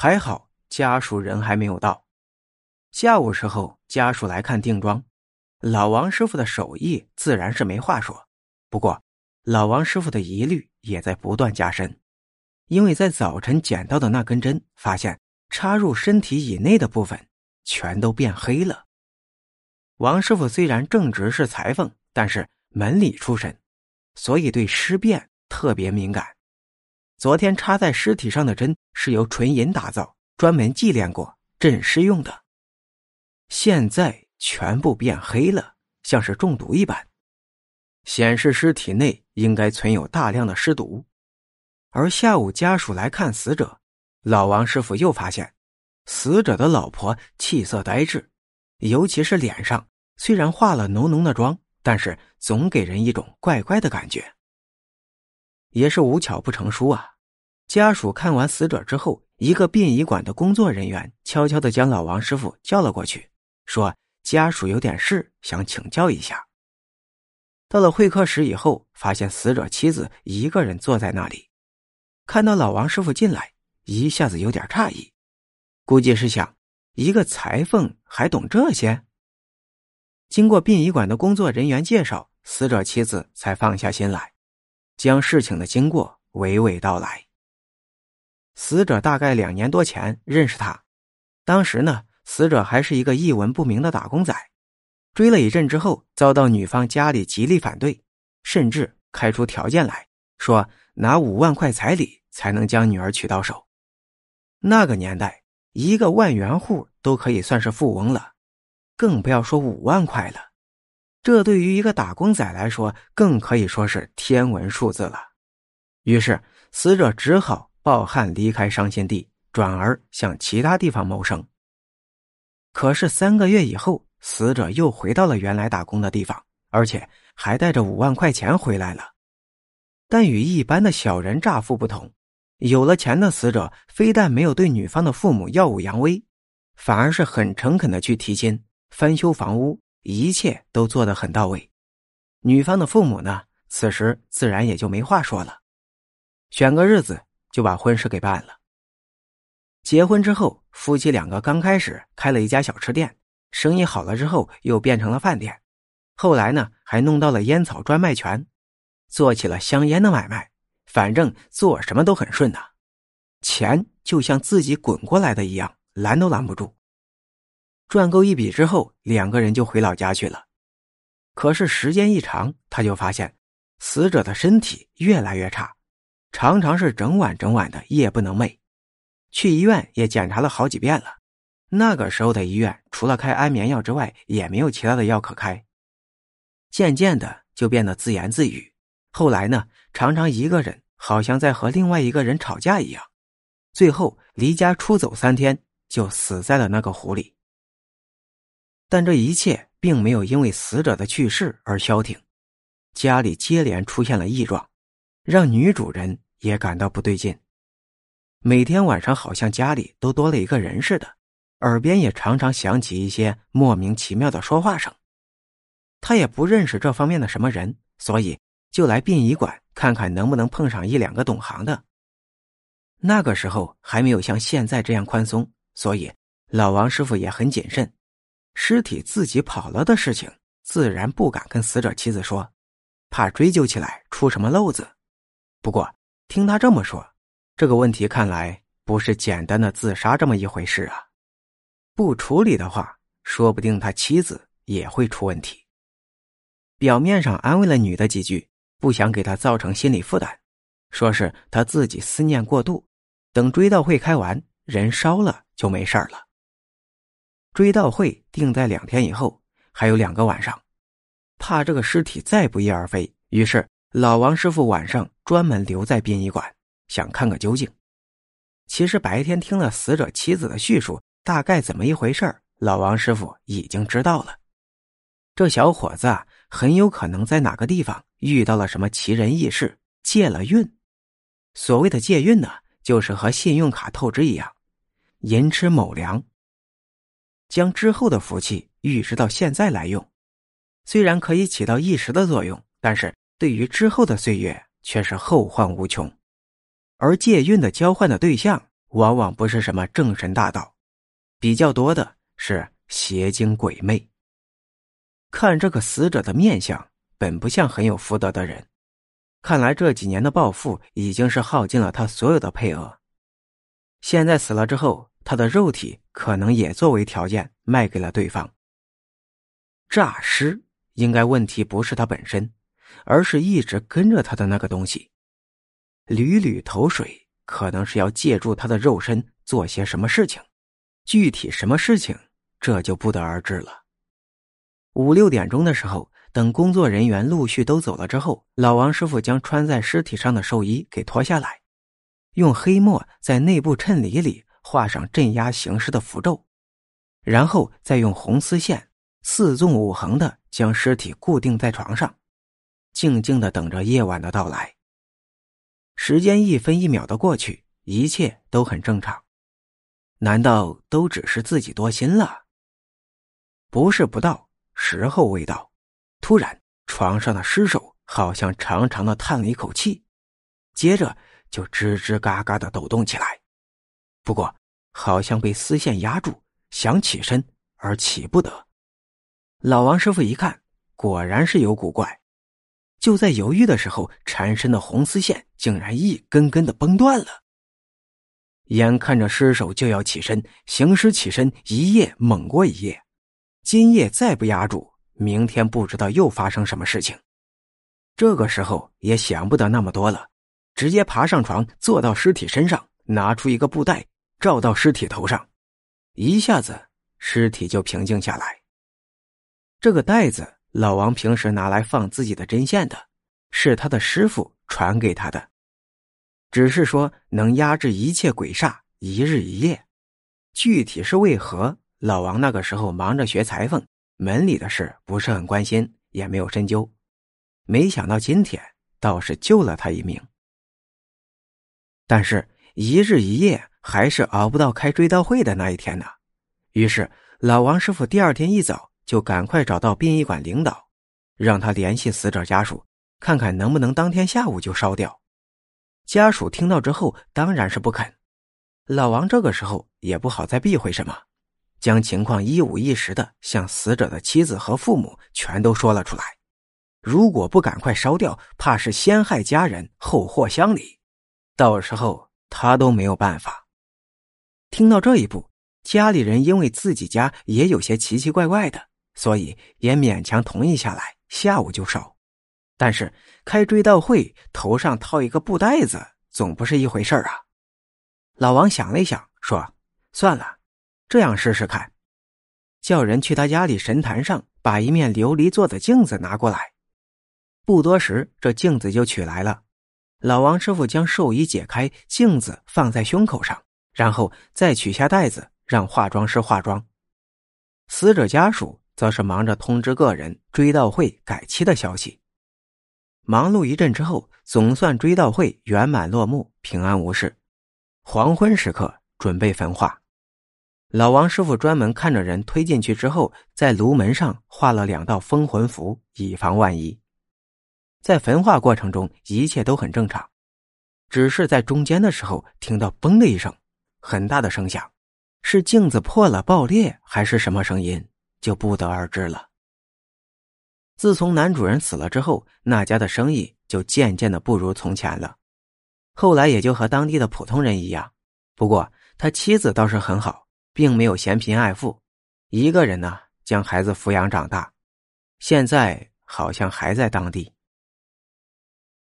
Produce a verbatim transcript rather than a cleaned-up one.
还好家属人还没有到。下午时候家属来看定妆，老王师傅的手艺自然是没话说，不过老王师傅的疑虑也在不断加深，因为在早晨捡到的那根针发现插入身体以内的部分全都变黑了。王师傅虽然正职是裁缝，但是门里出身，所以对尸变特别敏感。昨天插在尸体上的针是由纯银打造，专门祭炼过，镇尸用的。现在全部变黑了，像是中毒一般，显示尸体内应该存有大量的尸毒。而下午家属来看死者，老王师傅又发现死者的老婆气色呆滞，尤其是脸上虽然化了浓浓的妆，但是总给人一种怪怪的感觉。也是无巧不成书啊，家属看完死者之后，一个殡仪馆的工作人员悄悄地将老王师傅叫了过去，说家属有点事想请教一下。到了会客室以后，发现死者妻子一个人坐在那里，看到老王师傅进来，一下子有点诧异，估计是想一个裁缝还懂这些。经过殡仪馆的工作人员介绍，死者妻子才放下心来，将事情的经过娓娓道来。死者大概两年多前认识他，当时呢，死者还是一个一文不名的打工仔，追了一阵之后，遭到女方家里极力反对，甚至开出条件来，说拿五万块彩礼才能将女儿娶到手。那个年代，一个万元户都可以算是富翁了，更不要说五万块了。这对于一个打工仔来说，更可以说是天文数字了。于是，死者只好抱憾离开伤心地，转而向其他地方谋生。可是三个月以后，死者又回到了原来打工的地方，而且还带着五万块钱回来了。但与一般的小人乍富不同，有了钱的死者非但没有对女方的父母耀武扬威，反而是很诚恳地去提亲，翻修房屋，一切都做得很到位。女方的父母呢，此时自然也就没话说了，选个日子就把婚事给办了。结婚之后，夫妻两个刚开始开了一家小吃店，生意好了之后又变成了饭店，后来呢还弄到了烟草专卖权，做起了香烟的买卖，反正做什么都很顺呐，钱就像自己滚过来的一样，拦都拦不住。赚够一笔之后，两个人就回老家去了。可是时间一长，他就发现死者的身体越来越差，常常是整晚整晚的夜不能寐。去医院也检查了好几遍了，那个时候的医院除了开安眠药之外，也没有其他的药可开。渐渐的就变得自言自语，后来呢，常常一个人好像在和另外一个人吵架一样，最后离家出走三天，就死在了那个湖里。但这一切并没有因为死者的去世而消停，家里接连出现了异状，让女主人也感到不对劲。每天晚上好像家里都多了一个人似的，耳边也常常响起一些莫名其妙的说话声。她也不认识这方面的什么人，所以就来殡仪馆看看能不能碰上一两个懂行的。那个时候还没有像现在这样宽松，所以老王师傅也很谨慎，尸体自己跑了的事情自然不敢跟死者妻子说，怕追究起来出什么漏子。不过听他这么说，这个问题看来不是简单的自杀这么一回事啊，不处理的话，说不定他妻子也会出问题。表面上安慰了女的几句，不想给她造成心理负担，说是她自己思念过度，等追悼会开完，人烧了就没事了。追悼会定在两天以后，还有两个晚上，怕这个尸体再不翼而飞，于是老王师傅晚上专门留在殡仪馆，想看个究竟。其实白天听了死者妻子的叙述，大概怎么一回事，老王师傅已经知道了。这小伙子啊，很有可能在哪个地方遇到了什么奇人异事，借了运。所谓的借运呢，就是和信用卡透支一样，寅吃卯粮，将之后的福气预支到现在来用。虽然可以起到一时的作用，但是对于之后的岁月却是后患无穷。而借运的交换的对象往往不是什么正神大道，比较多的是邪精鬼魅。看这个死者的面相，本不像很有福德的人，看来这几年的暴富已经是耗尽了他所有的配额。现在死了之后，他的肉体可能也作为条件卖给了对方。诈尸应该问题不是他本身，而是一直跟着他的那个东西。屡屡投水，可能是要借助他的肉身做些什么事情，具体什么事情，这就不得而知了。五六点钟的时候，等工作人员陆续都走了之后，老王师傅将穿在尸体上的寿衣给脱下来，用黑墨在内部衬里里画上镇压行尸的符咒，然后再用红丝线四纵五横的将尸体固定在床上，静静地等着夜晚的到来。时间一分一秒的过去，一切都很正常。难道都只是自己多心了？不是不到，时候未到。突然，床上的尸首好像长长的叹了一口气，接着就吱吱嘎嘎的抖动起来。不过，好像被丝线压住，想起身而起不得。老王师傅一看，果然是有古怪。就在犹豫的时候，缠身的红丝线竟然一根根的崩断了。眼看着尸首就要起身，行尸起身一夜猛过一夜，今夜再不压住，明天不知道又发生什么事情。这个时候也想不得那么多了，直接爬上床，坐到尸体身上，拿出一个布袋罩到尸体头上，一下子尸体就平静下来。这个袋子老王平时拿来放自己的针线的，是他的师傅传给他的，只是说能压制一切鬼煞一日一夜，具体是为何，老王那个时候忙着学裁缝，门里的事不是很关心，也没有深究。没想到今天倒是救了他一命。但是一日一夜还是熬不到开追悼会的那一天呢。于是老王师傅第二天一早就赶快找到殡仪馆领导，让他联系死者家属，看看能不能当天下午就烧掉。家属听到之后当然是不肯。老王这个时候也不好再避讳什么，将情况一五一十的向死者的妻子和父母全都说了出来。如果不赶快烧掉，怕是先害家人后祸乡里，到时候他都没有办法。听到这一步，家里人因为自己家也有些奇奇怪怪的，所以也勉强同意下来，下午就烧。但是开追悼会头上套一个布袋子总不是一回事啊。老王想了一想，说算了，这样试试看，叫人去他家里神坛上把一面琉璃做的镜子拿过来。不多时，这镜子就取来了。老王师傅将寿衣解开，镜子放在胸口上，然后再取下袋子让化妆师化妆。死者家属则是忙着通知个人追悼会改期的消息。忙碌一阵之后，总算追悼会圆满落幕，平安无事。黄昏时刻准备焚化。老王师傅专门看着人推进去之后，在炉门上画了两道封魂符，以防万一。在焚化过程中一切都很正常，只是在中间的时候听到嘣的一声，很大的声响，是镜子破了爆裂还是什么声音，就不得而知了。自从男主人死了之后，那家的生意就渐渐的不如从前了。后来也就和当地的普通人一样，不过他妻子倒是很好，并没有嫌贫爱富，一个人呢将孩子抚养长大，现在好像还在当地。